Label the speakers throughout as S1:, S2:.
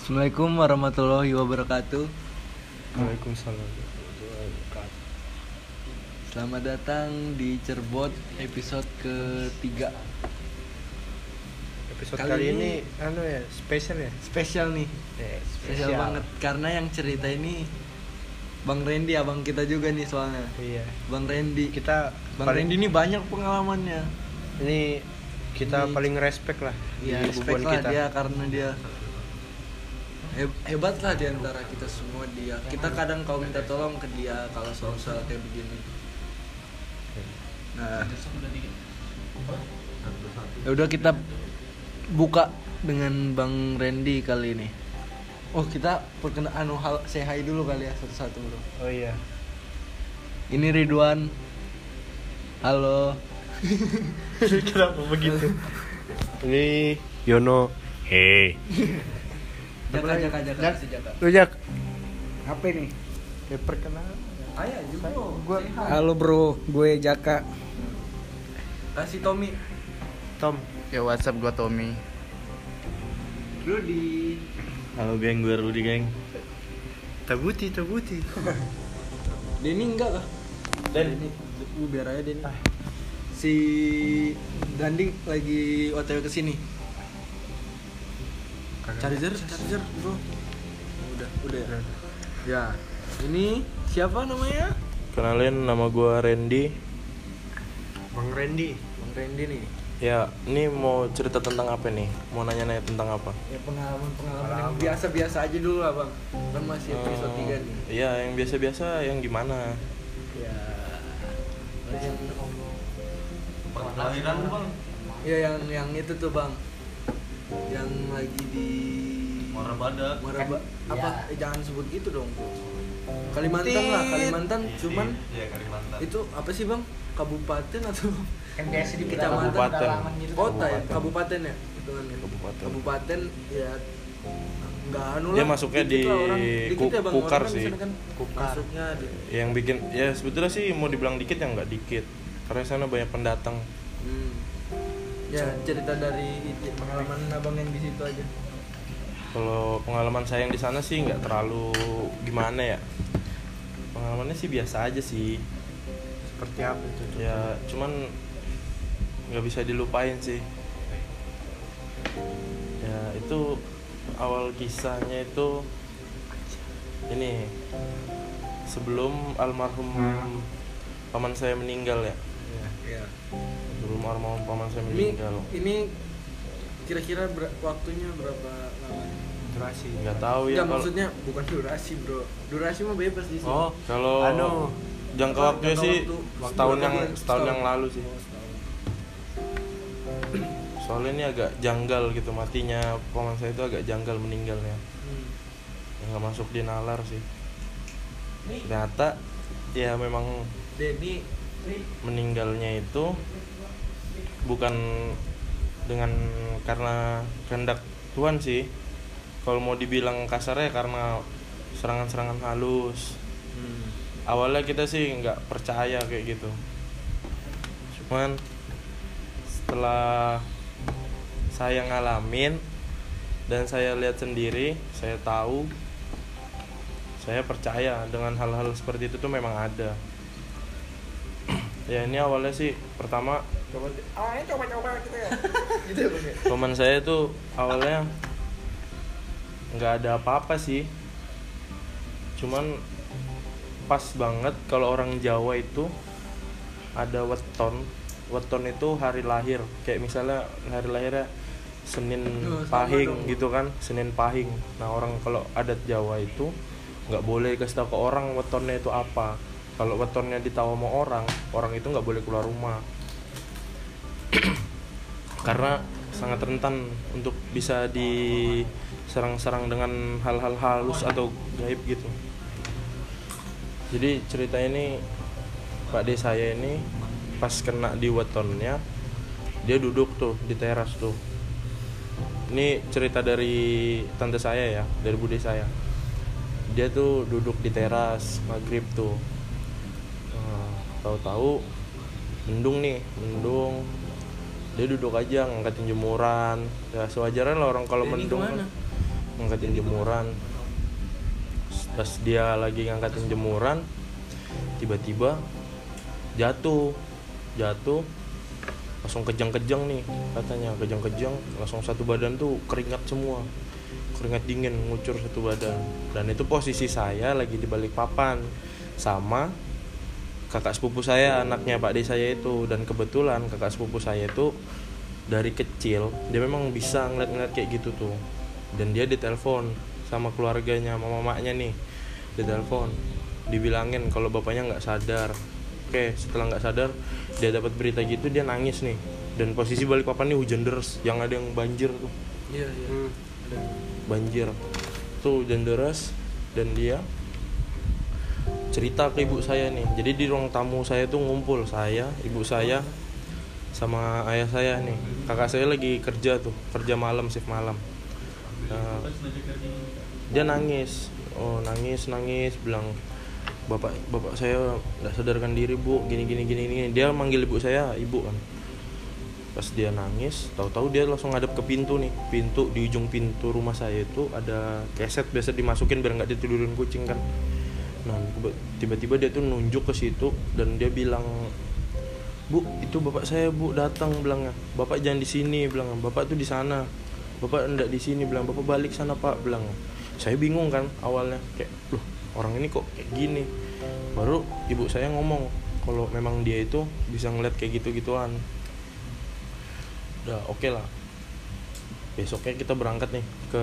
S1: Assalamualaikum warahmatullahi wabarakatuh.
S2: Waalaikumsalam warahmatullahi wabarakatuh.
S1: Selamat datang di Cerbot episode ketiga.
S2: Episode
S1: Kali
S2: kali
S1: ini
S2: ini spesial ya?
S1: Spesial nih, spesial banget karena yang cerita ini Bang Randy, abang kita juga nih soalnya.
S2: Iya.
S1: Bang Randy, Bang
S2: paling-
S1: Randy ini banyak pengalamannya.
S2: Ini kita
S1: Ini-
S2: paling respect lah
S1: Ya,
S2: di
S1: respect
S2: hubungan
S1: lah
S2: kita.
S1: dia karena dia hebat lah di antara kita semua dia. Kita kadang kalau minta tolong ke dia kalau soal-soal kayak begini. Nah, ya udah kita buka dengan Bang Randy kali ini. Oh, kita perkenaan say hi dulu kali ya satu-satu bro.
S2: Oh iya.
S1: Ini Ridwan. Halo.
S2: Kenapa begitu? Ini Yono. Hey.
S1: Jaka.
S2: Lu Jak.
S3: Apa ini?
S2: Ya perkenalan.
S1: Ayo juga.
S3: Halo bro, gue Jaka.
S1: Kasih Tommy.
S2: Tom.
S4: Yo, WhatsApp gua Tommy.
S1: Rudy.
S4: Halo geng, gue Rudy geng.
S2: Tabuti.
S1: Denny enggak kah? Denny. Biar aja Denny. Si Danding lagi OTW kesini. Charger bro. Udah. Ya. Ini siapa namanya?
S5: Kenalin, nama gue Randy.
S2: Bang Randy.
S1: Bang Randy nih.
S5: Ya, ini mau cerita tentang apa nih? Mau nanya-nanya tentang apa?
S1: Ya pengalaman yang biasa-biasa aja dulu lah bang. Kan masih episode 3 nih.
S5: Iya, yang biasa-biasa, yang gimana?
S1: Ya. Yang
S4: Kelahiran bang.
S1: ya yang itu tuh bang. Yang lagi di
S4: Muara Badak.
S1: apa? Jangan sebut gitu dong bro. Kalimantan cuman
S4: Iya, Kalimantan.
S1: itu apa sih bang? Kabupaten atau
S3: Kan biasa di
S1: Kecamatan.
S3: pedalaman gitu.
S1: kota ya?
S5: Kabupaten.
S1: Kabupaten ya? Hitungannya. Kabupaten ya nggak anu lah.
S5: Dia masuknya
S1: dikit lah
S5: di
S1: orang. Dikit ya, Bang.
S5: Kukar
S1: Orang kan
S5: sih.
S1: di sana kan masuknya di
S5: Yang bikin, ya sebetulnya sih mau dibilang dikit ya nggak dikit. Karena sana banyak pendatang.
S1: Ya cerita dari pengalaman abang yang di situ aja.
S5: Kalau pengalaman saya yang di sana sih nggak terlalu gimana ya. Pengalamannya sih biasa aja sih.
S2: Seperti apa itu?
S5: Ya, cuman nggak bisa dilupain sih. Ya, itu awal kisahnya itu ini sebelum almarhum paman saya meninggal ya.
S1: Iya.
S5: Sebelum almarhum paman saya meninggal.
S1: Ini kira-kira waktunya berapa lama?
S2: Durasi.
S5: Nggak tahu ya
S1: Enggak,
S5: kalau.
S1: maksudnya bukan durasi bro. Durasi mah bebas di sini.
S5: Oh, kalau jangka
S1: Apa,
S5: waktunya
S1: jangka
S5: sih
S1: waktu
S5: setahun
S1: berapa
S5: yang
S1: bulan?
S5: setahun yang lalu sih.
S1: Oh, setahun.
S5: Soalnya ini agak janggal gitu matinya paman saya itu agak janggal meninggalnya. Nggak masuk di nalar sih. Ternyata ya memang
S1: Denny
S5: meninggalnya itu bukan dengan karena kehendak Tuhan sih. Kalau mau dibilang kasarnya karena serangan-serangan halus. Awalnya kita sih nggak percaya kayak gitu. Cuman setelah saya ngalamin dan saya lihat sendiri, saya tahu, saya percaya dengan hal-hal seperti itu tuh memang ada. Ya ini awalnya sih pertama
S1: coba gitu ya. Gitu ya bang ya?
S5: paman saya tuh awalnya nggak ada apa-apa sih, cuman pas banget kalau orang Jawa itu ada weton itu hari lahir, kayak misalnya hari lahirnya Senin
S1: sama
S5: Pahing
S1: dong.
S5: gitu kan, Senin Pahing. Nah orang kalau adat Jawa itu nggak boleh kasih tahu ke orang wetonnya itu apa. Kalau wetonnya ditahu sama orang itu nggak boleh keluar rumah karena sangat rentan untuk bisa diserang-serang dengan hal-hal halus atau gaib gitu. Jadi cerita ini Pak D saya ini pas kena di wetonnya, dia duduk tuh di teras tuh. Ini cerita dari tante saya ya, dari bude saya. Dia tuh duduk di teras maghrib tuh. Tahu-tahu mendung, dia duduk aja ngangkatin jemuran ya, sewajarnya lah orang kalau
S1: Denny
S5: mendung
S1: kemana?
S5: kan. ngangkatin jemuran. Pas dia lagi ngangkatin jemuran, tiba-tiba jatuh langsung kejang-kejang nih katanya, kejang-kejang langsung satu badan tuh keringat semua, keringat dingin ngucur satu badan. Dan itu posisi saya lagi di balik papan sama kakak sepupu saya, anaknya Pak D saya itu. Dan kebetulan kakak sepupu saya itu dari kecil dia memang bisa ngeliat-ngeliat kayak gitu tuh. Dan dia ditelepon sama keluarganya, sama mamanya nih, ditelepon dibilangin kalau bapaknya nggak sadar. Oke, setelah nggak sadar dia dapat berita gitu, dia nangis nih. Dan posisi balik papan nih hujan deras, yang ada yang banjir tuh.
S1: Iya.
S5: Banjir tuh, hujan deras. Dan dia cerita ke ibu saya nih. Jadi di ruang tamu saya tuh ngumpul saya, ibu saya, sama ayah saya nih. Kakak saya lagi kerja tuh, kerja malam, shift malam. Dia nangis, nangis bilang, bapak saya nggak sadarkan diri bu, gini. Dia manggil ibu saya ibu kan. Pas dia nangis, tahu-tahu dia langsung ngadep ke pintu nih. Pintu di ujung pintu rumah saya itu ada keset biasa dimasukin biar nggak ditidurin kucing kan. Nah tiba-tiba dia tuh nunjuk ke situ dan dia bilang, bu itu bapak saya bu datang, bilangnya bapak jangan di sini, bilang bapak tuh di sana, bapak enggak di sini, bilang bapak balik sana pak, bilang. Saya bingung kan awalnya, kayak loh orang ini kok kayak gini. Baru ibu saya ngomong kalau memang dia itu bisa ngeliat kayak gitu-gituan. Udah oke lah, besoknya kita berangkat nih ke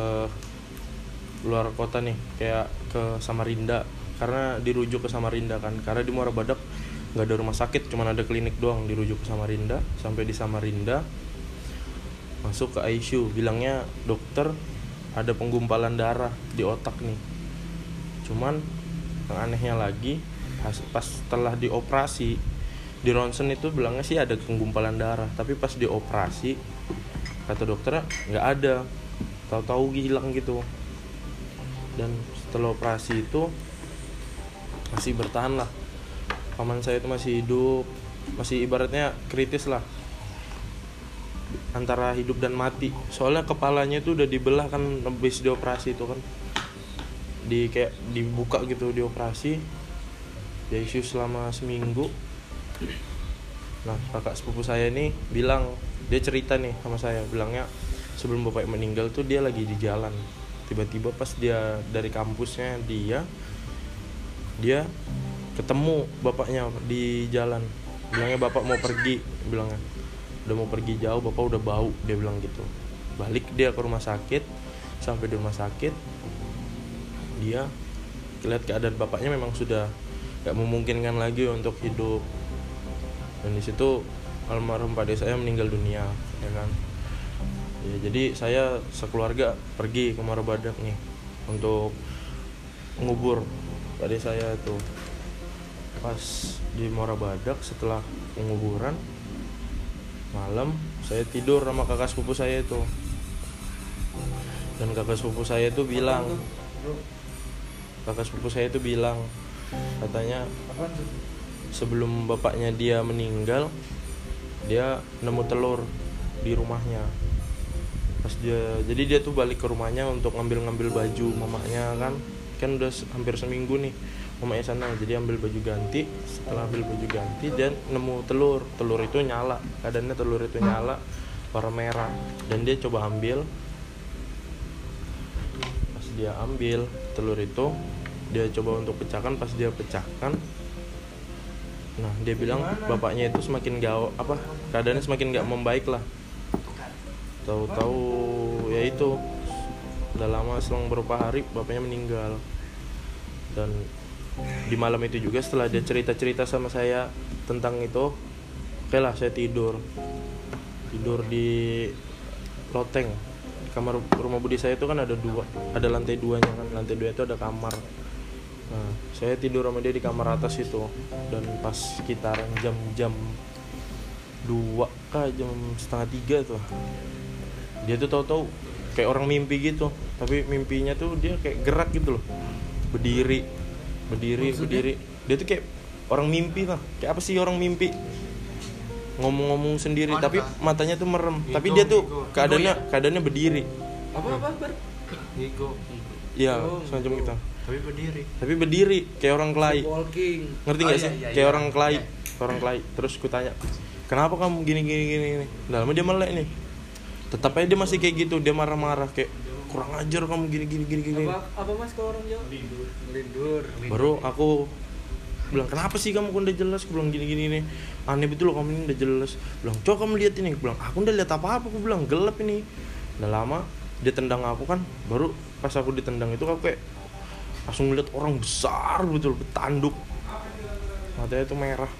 S5: luar kota nih, kayak ke Samarinda, karena dirujuk ke Samarinda kan, karena di Muara Badak nggak ada rumah sakit, cuma ada klinik doang. Dirujuk ke Samarinda. Sampai di Samarinda masuk ke ICU, bilangnya dokter ada penggumpalan darah di otak nih. Cuman yang anehnya lagi, pas setelah dioperasi, di ronsen itu bilangnya sih ada penggumpalan darah, tapi pas dioperasi kata dokternya nggak ada, tahu-tahu hilang gitu. Dan setelah operasi itu masih bertahan lah, paman saya itu masih hidup, masih ibaratnya kritis lah, antara hidup dan mati. Soalnya kepalanya itu udah dibelah kan, habis dioperasi itu kan, kayak dibuka gitu, dioperasi, di ICU selama seminggu. Nah kakak sepupu saya ini bilang, dia cerita nih sama saya, bilangnya sebelum bapak meninggal tuh dia lagi di jalan, tiba-tiba pas dia dari kampusnya dia ketemu bapaknya di jalan. Bilangnya bapak mau pergi, bilangnya udah mau pergi jauh, bapak udah bau, dia bilang gitu. Balik dia ke rumah sakit. Sampai di rumah sakit dia lihat keadaan bapaknya memang sudah gak memungkinkan lagi untuk hidup. Dan di situ almarhum Pak D saya meninggal dunia, ya kan. Ya, jadi saya sekeluarga pergi ke Muara Badak nih untuk ngubur Pak D saya itu. Pas di Muara Badak setelah penguburan malam, saya tidur sama kakak sepupu saya itu. Dan kakak sepupu saya itu bilang, katanya sebelum bapaknya dia meninggal, dia nemu telur di rumahnya. Jadi dia tuh balik ke rumahnya untuk ngambil baju mamanya kan udah hampir seminggu nih mamanya sana. Jadi ambil baju ganti, setelah ambil baju ganti dan nemu telur itu nyala, keadaannya telur itu nyala warna merah. Dan dia coba ambil, pas dia ambil telur itu dia coba untuk pecahkan. Pas dia pecahkan, nah dia bilang bapaknya itu semakin keadaannya semakin gak membaik lah. Tahu-tahu ya itu udah lama, selang beberapa hari bapaknya meninggal. Dan di malam itu juga setelah dia cerita sama saya tentang itu, oke lah saya tidur di loteng. Kamar rumah budi saya itu kan ada lantai 2-nya kan, lantai 2 itu ada kamar. Nah saya tidur sama dia di kamar atas itu. Dan pas sekitaran jam 2 jam setengah 3 tuh, dia tuh tahu-tahu kayak orang mimpi gitu, tapi mimpinya tuh dia kayak gerak gitu loh, berdiri. Dia tuh kayak orang mimpi lah, kayak apa sih orang mimpi, ngomong-ngomong sendiri tapi matanya tuh merem. Tapi dia tuh keadaannya berdiri.
S1: Apa
S2: Ngigo.
S5: Iya,
S1: Oh,
S5: semacam
S1: gitu.
S5: gitu.
S2: Tapi berdiri.
S5: Berdiri kayak orang kelai.
S1: Walking.
S5: Ngerti
S2: Oh,
S5: nggak
S2: iya,
S5: sih?
S2: iya,
S5: Kayak
S2: iya.
S5: orang kelai.
S2: Iya.
S5: Orang kelai. Terus ku tanya, kenapa kamu gini. Dalamnya dia melek nih. Tetap aja dia masih kayak gitu. Dia marah-marah kayak kurang ajar kamu gini.
S1: Apa mas kalau orang Jawa? Lindur.
S5: Baru aku bilang, kenapa sih kamu udah jelas? Aku bilang gini nih, aneh betul loh kamu ini udah jelas. Bilang, coba kamu lihat ini. Aku bilang, aku udah lihat apa-apa. Aku bilang, gelap ini. Udah lama dia tendang aku kan. Baru pas aku ditendang itu aku kayak langsung ngeliat orang besar betul, bertanduk. Matanya tuh merah.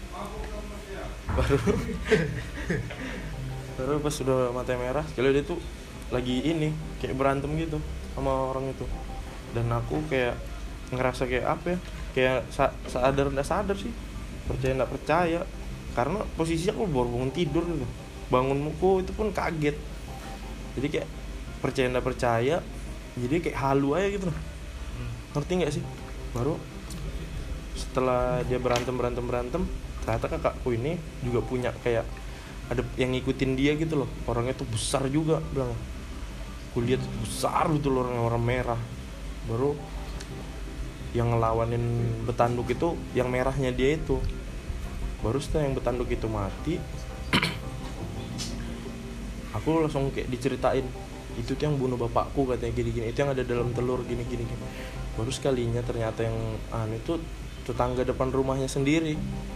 S5: Baru pas sudah matanya merah, kalau dia tuh lagi ini kayak berantem gitu sama orang itu. Dan aku kayak ngerasa kayak apa ya, kayak sadar nggak sadar sih, percaya nggak percaya, karena posisi aku baru bangun tidur gitu, bangun muku itu pun kaget. Jadi kayak percaya nggak percaya, jadi kayak halu aja gitu, ngerti nggak sih? Baru setelah dia berantem, ternyata kakakku ini juga punya kayak ada yang ngikutin dia gitu loh, orangnya tuh besar juga, bilang aku lihat besar betul orang merah. Baru yang ngelawanin betanduk itu yang merahnya dia itu. Baru setelah yang betanduk itu mati, aku langsung kayak diceritain, itu tuh yang bunuh bapakku katanya gini, itu yang ada dalam telur gini. Baru sekalinya ternyata yang itu tetangga depan rumahnya sendiri.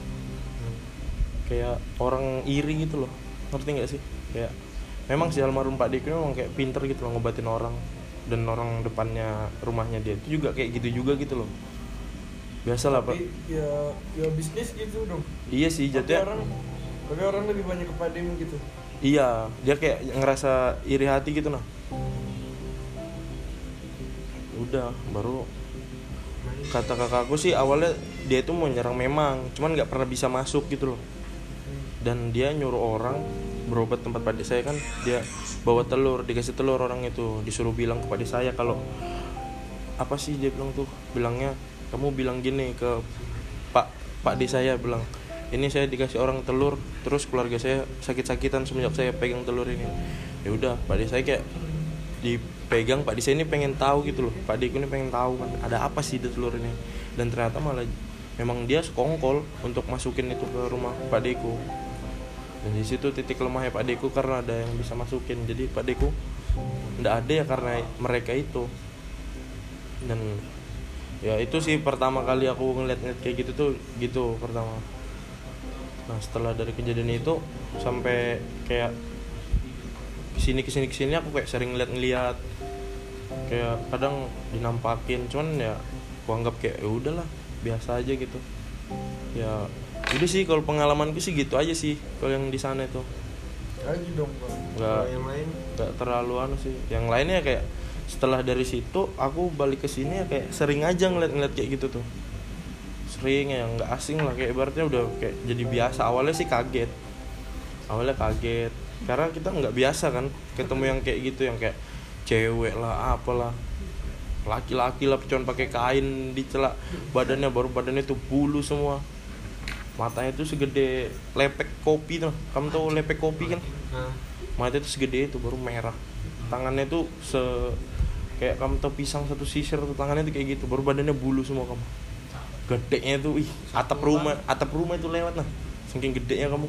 S5: Kayak orang iri gitu loh, ngerti nggak sih? Kayak memang si almarhum Pak Deko memang kayak pinter gitu loh ngobatin orang. Dan orang depannya rumahnya dia itu juga kayak gitu juga gitu loh. Biasalah Pak.
S1: Tapi ya bisnis gitu dong.
S5: Iya sih jatuhnya.
S1: Tapi orang lebih banyak ke Pademu gitu.
S5: Iya, dia kayak ngerasa iri hati gitu nah. Udah, baru kata kakakku sih awalnya dia itu mau nyerang memang, cuman nggak pernah bisa masuk gitu loh. Dan dia nyuruh orang berobat tempat padi saya kan, dia bawa telur, dikasih telur orang itu, disuruh bilang kepada saya kalau apa sih dia bilang tuh, bilangnya kamu bilang gini ke Pak di saya, bilang ini saya dikasih orang telur, terus keluarga saya sakit-sakitan semenjak saya pegang telur ini. Ya udah, Pak di saya kayak dipegang, Pak di saya ini pengen tahu gitu loh, Pak Diku ini pengen tahu kan ada apa sih di telur ini. Dan ternyata malah memang dia sekongkol untuk masukin itu ke rumah Pak Diku. Dan di situ titik lemahnya Pak Deku, karena ada yang bisa masukin. Jadi Pak Deku nggak ada ya karena mereka itu. Dan ya itu sih pertama kali aku ngeliat kayak gitu tuh gitu pertama. Nah setelah dari kejadian itu sampai kayak kesini aku kayak sering ngeliat kayak kadang dinampakin, cuman ya aku anggap kayak ya udahlah biasa aja gitu ya. Udah sih kalau pengalamanku sih gitu aja sih kalau yang di sana itu.
S1: Lagi dong bang.
S5: Nggak,
S2: Yang lain
S5: nggak terlalu sih. Yang lainnya kayak setelah dari situ aku balik ke sini ya kayak sering aja ngeliat kayak gitu tuh. Sering ya, nggak asing lah, kayak ibaratnya udah kayak jadi biasa. Awalnya sih kaget karena kita nggak biasa kan ketemu yang kayak gitu, yang kayak cewek lah apalah, laki-laki lah cuman pakai kain dicelak badannya, baru badannya tuh bulu semua. Matanya tuh segede lepek kopi tuh, kamu tahu lepek kopi kan? Matanya tuh segede itu, baru merah. Tangannya tuh kayak kamu tahu pisang satu sisir tuh, tangannya tuh kayak gitu, baru badannya bulu semua kamu. Gedenya tuh, atap rumah itu lewat nah, saking gedenya kamu.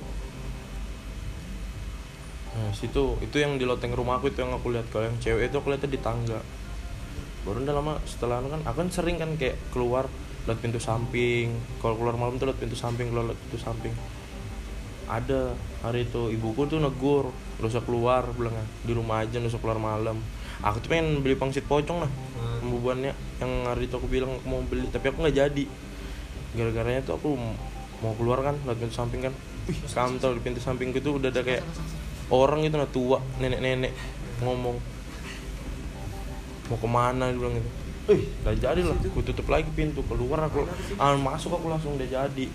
S5: Nah situ itu yang di loteng rumah aku itu yang aku lihat. Kalau yang cewek itu aku lihatnya di tangga. Baru udah lama setelah kan aku kan sering kan kayak keluar lewat pintu samping. Kalau keluar malam tuh lewat pintu samping, keluar lewat pintu samping. Ada hari itu ibuku tuh negur, nggak usah keluar, bilangnya di rumah aja, nggak usah keluar malam. Aku tuh pengen beli pangsit pocong lah, pembubuhannya yang hari itu aku bilang aku mau beli, tapi aku nggak jadi. Gara-garanya tuh aku mau keluar kan lewat pintu samping kan, kamu tahu di pintu sampingku tuh udah ada kayak orang gitu nah, tua, nenek-nenek ngomong mau kemana, dia bilang gitu. Udah jadi lah, aku tutup lagi pintu, keluar aku, masuk aku langsung udah jadi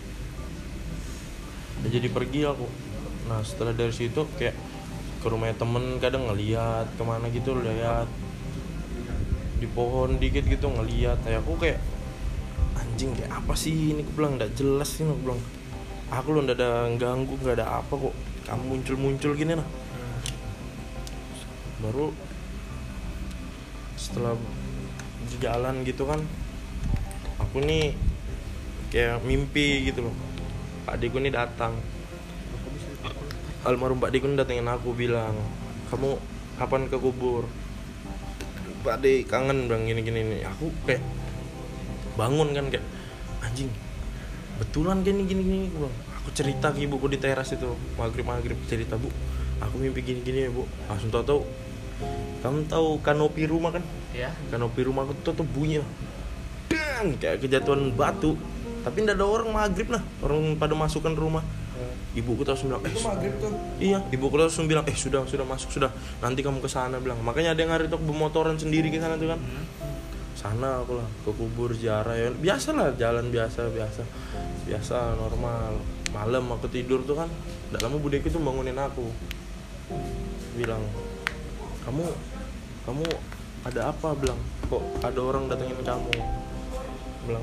S5: pergi aku. Nah setelah dari situ kayak ke rumahnya temen, kadang ngeliat kemana gitu, lihat di pohon dikit gitu ngeliat. Kayak aku kayak anjing kayak apa sih ini, aku bilang nggak jelas sih, aku bilang aku lo nggak ada ganggu, nggak ada apa kok kamu muncul gini nah. Baru setelah di jalan gitu kan, aku nih kayak mimpi gitu loh. Pak Deko nih datang, almarhum Pak Deko nih datengin aku, bilang, kamu kapan ke kubur? Pak De kangen, bilang gini-gini nih. Aku kayak bangun kan, kayak anjing betulan gini gini bilang. Aku cerita ke ibuku di teras itu, maghrib cerita, Bu, aku mimpi gini-gini ya Bu. Langsung tahu kamu tahu kanopi rumah kan?
S3: Ya.
S5: Kanopi rumah aku tuh bunyi, dang, kayak kejatuhan batu. Tapi ndak ada orang maghrib nah, orang pada masukkan rumah. Ibuku tuh langsung bilang,
S3: Itu maghrib tuh.
S5: iya, ibuku tuh langsung bilang, sudah masuk sudah. Nanti kamu ke sana, bilang. Makanya ada yang hari itu bermotoran sendiri ke sana tuh kan. Sana aku lah ke kubur ziarah ya. Biasalah jalan biasa normal. Malam aku tidur tuh kan, ndak lama budeku tuh bangunin aku. Bilang, kamu ada apa, bilang, kok ada orang datengin kamu, bilang,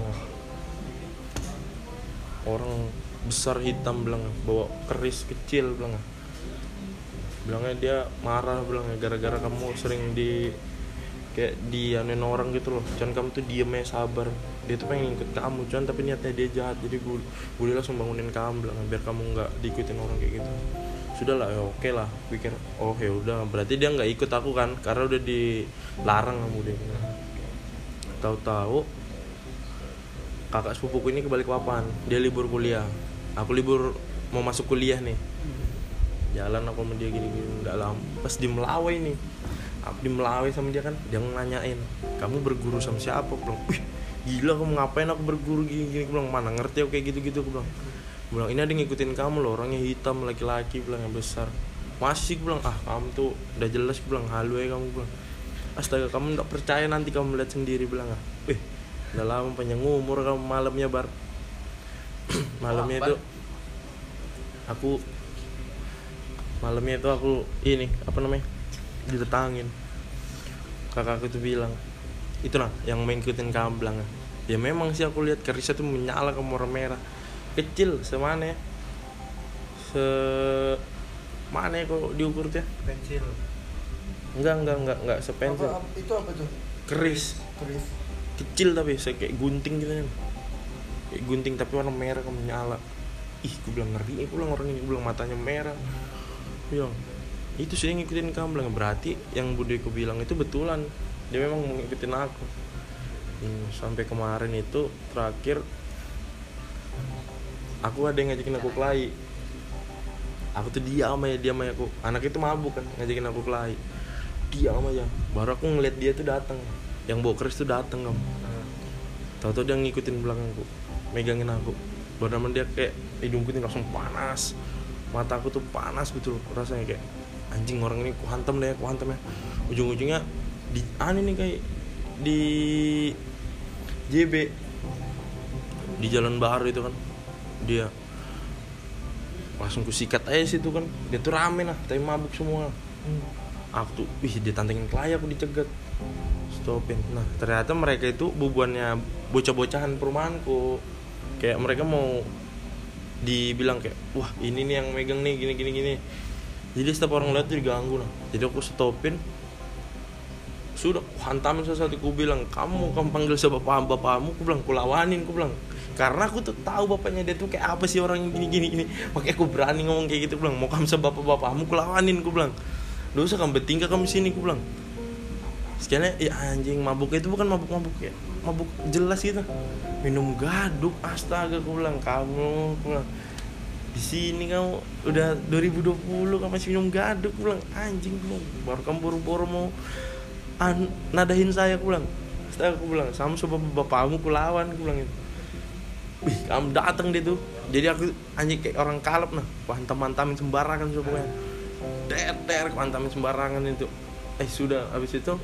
S5: orang besar hitam, bilang, bawa keris kecil, bilangnya dia marah, bilangnya gara-gara kamu sering kayak dianuin orang gitu loh. Cuman kamu tuh diem aja, sabar. Dia tuh pengen ikut kamu, cuman tapi niatnya dia jahat. Jadi gue langsung bangunin kamu, bilang, biar kamu nggak diikutin orang kayak gitu. Sudahlah, ya oke lah, pikir, oh ya udah, berarti dia nggak ikut aku kan, karena udah dilarang kamu deh. Tahu-tahu kakak sepupuku ini ke Balikpapan, dia libur kuliah, aku libur mau masuk kuliah nih. Jalan aku sama dia gini-gini, nggak lama, pas di Melawai nih, aku di Melawai sama dia kan, dia nanyain, kamu berguru sama siapa? Aku bilang, wih gila, kamu ngapain aku berguru gini-gini? Aku bilang, mana ngerti aku kayak gitu-gitu. Aku bilang, ini ada yang ngikutin kamu loh, orangnya hitam, laki-laki, bilang, yang besar. Masih, aku bilang, kamu tuh udah jelas, aku bilang, halu ya kamu, bilang, astaga, kamu nggak percaya, nanti kamu lihat sendiri, bilang, udah lama panjang umur kamu. Malamnya bar malamnya itu aku ini apa namanya, ditetangin. Kakakku tuh bilang, itu nah yang main ikutin kamu, bilang, ya memang sih aku lihat kerisnya tuh menyala ke warna merah, kecil semana ya, mana ya kok diukur tuh ya?
S2: Pensil.
S5: Enggak sepensil.
S3: Itu apa tuh?
S5: Keris kecil tapi kayak gunting gitu kan, kayak gunting tapi warna merah, kamu menyala. Gue bilang, ngeri, gue bilang, orang ini, gue bilang, matanya merah. Bilang, itu sih yang ngikutin kamu, bilang, berarti yang budeku bilang itu betulan, dia memang mau ngikutin aku. Sampai kemarin itu terakhir aku ada yang ngajakin aku kelahi. Aku tuh diam aja aku, anak itu mabuk kan, ngajakin aku kelahi, diam aja. Baru aku ngeliat dia tuh datang, yang bawa keris tuh datang kamu. Tahu-tahu dia ngikutin belakangku, megangin aku. Baru nama dia kayak hidungku tuh langsung panas, mataku tuh panas gitu loh, rasanya kayak anjing, orang ini ku hantam ya. Ujung-ujungnya di nih kayak di JB di Jalan Bahar itu kan, dia langsung ku sikat aja situ kan. Dia tuh rame lah, tapi mabuk semua. Aku tuh, dia tantengin kelahi, aku dicegat, stopin. Nah ternyata mereka itu bubuannya bocah-bocahan perumahanku. Kayak mereka mau dibilang kayak, wah ini nih yang megang nih, gini. Jadi setiap orang lihat tuh diganggu lah. Jadi aku stopin, sudah hantamin satu-satu. Ku bilang, kamu panggil siapa bapakmu? Ku bilang, ku lawanin, ku bilang. Karena aku tuh tahu bapaknya dia tuh kayak apa sih, orang yang gini. Makanya aku berani ngomong kayak gitu, ku bilang, mau kamu sama bapakmu, ku lawanin, ku bilang. Dosa kamu bertingkah kamu sini, ku bilang. Sekiannya, ya anjing, mabuk itu bukan mabuk ya, mabuk jelas gitu, minum gaduk, astaga, ku bilang, kamu, ku bilang, di sini kamu udah 2020 kamu masih minum gaduk, ku bilang, anjing, ku bilang, baru kamu boro-boro mau nadahin saya, ku bilang, astaga, ku bilang, sama bapakmu ku lawan, ku bilang itu. Wih, kamu datang deh tuh. Jadi aku anjing kayak orang kalap nah, hantam-hantamin sembarangan pokoknya. Der, hantamin sembarangan itu. Sudah habis itu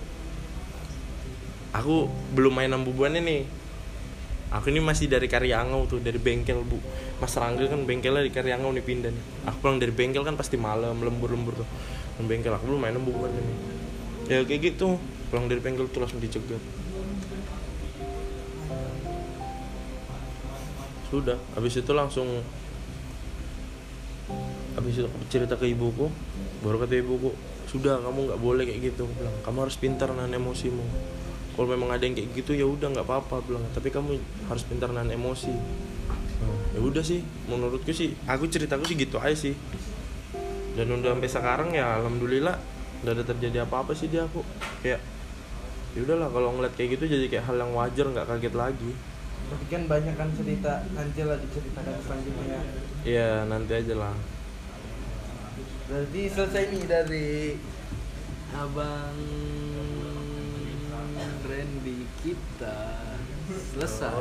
S5: aku belum main bubuannya nih. Aku ini masih dari Karyangau tuh, dari bengkel Bu. Mas Rangga kan bengkelnya di Karyangau nih, pindah nih. Aku pulang dari bengkel kan pasti malam, lembur tuh. Dan bengkel aku belum main bubuannya nih. Ya kayak gitu, pulang dari bengkel tuh langsung dicegat. Sudah, habis itu aku cerita ke ibuku. Baru kata ibuku, sudah kamu nggak boleh kayak gitu. Aku bilang, kamu harus pintar nahan emosimu. kalau memang ada yang kayak gitu ya udah nggak apa-apa bilang, tapi kamu harus pintar nahan emosi. Ya udah sih, menurutku sih, aku ceritaku sih gitu aja sih. Dan udah sampai sekarang ya alhamdulillah nggak ada terjadi apa-apa sih dia, aku kayak ya udahlah, kalau ngeliat kayak gitu jadi kayak hal yang wajar, nggak kaget lagi.
S3: Tapi kan banyak kan cerita, nanti lah diceritakan selanjutnya.
S5: Iya nanti aja lah.
S1: Berarti selesai nih dari Abang Randy kita. Selesai.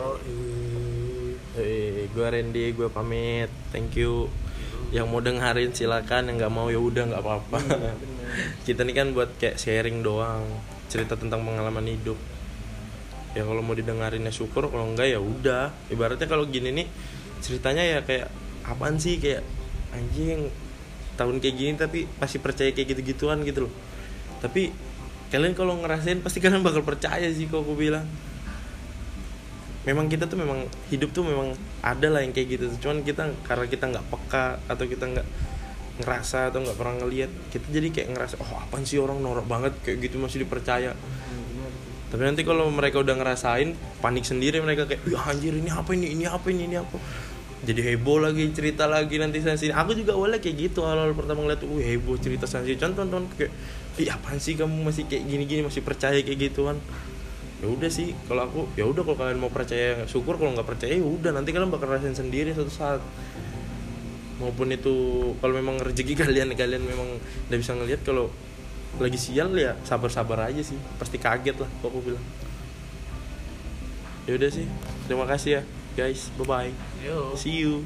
S5: Gue Randy, gue pamit. Thank you. Yang mau dengerin silakan, yang nggak mau ya udah nggak apa-apa. Kita nih kan buat kayak sharing doang, cerita tentang pengalaman hidup. Ya kalau mau didengarin ya syukur, kalau enggak ya udah. Ibaratnya kalau gini nih ceritanya ya kayak apaan sih, kayak anjing tahun kayak gini tapi pasti percaya kayak gitu-gituan gitu loh. Tapi kalian kalau ngerasain pasti kalian bakal percaya sih kalau aku bilang. Memang kita tuh memang hidup tuh memang ada lah yang kayak gitu. Cuman kita karena kita nggak peka atau kita nggak ngerasa atau nggak pernah ngelihat, kita jadi kayak ngerasa oh apaan sih orang norak banget kayak gitu masih dipercaya. Tapi nanti kalau mereka udah ngerasain, panik sendiri mereka kayak wah anjir ini apa, ini apa. Jadi heboh lagi, cerita lagi nanti sensi. Aku juga awalnya kayak gitu, awal pertama ngeliat heboh cerita sensi. Contoh kayak apaan sih kamu masih kayak gini-gini, masih percaya kayak gituan. Ya udah sih, kalau aku ya udah, kalau kalian mau percaya syukur, kalau nggak percaya ya udah nanti kalian bakal rasain sendiri suatu saat. Maupun itu kalau memang rezeki kalian memang udah bisa ngelihat, kalau lagi sial ya sabar aja sih, pasti kaget lah kok aku bilang. Ya udah sih, terima kasih ya guys, bye bye, see you.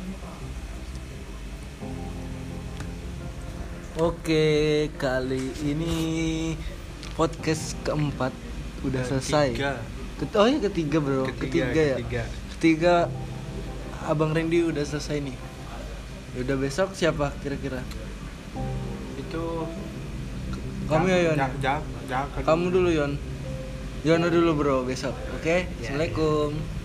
S1: Oke, kali ini podcast keempat udah selesai. Ketiga bro. Ketiga Abang Randy udah selesai nih. Udah besok siapa kira-kira?
S2: Itu
S1: Kamu ya Yon.
S2: Jangan.
S1: Kamu dulu Yon. Yono dulu bro besok. Oke? Assalamualaikum.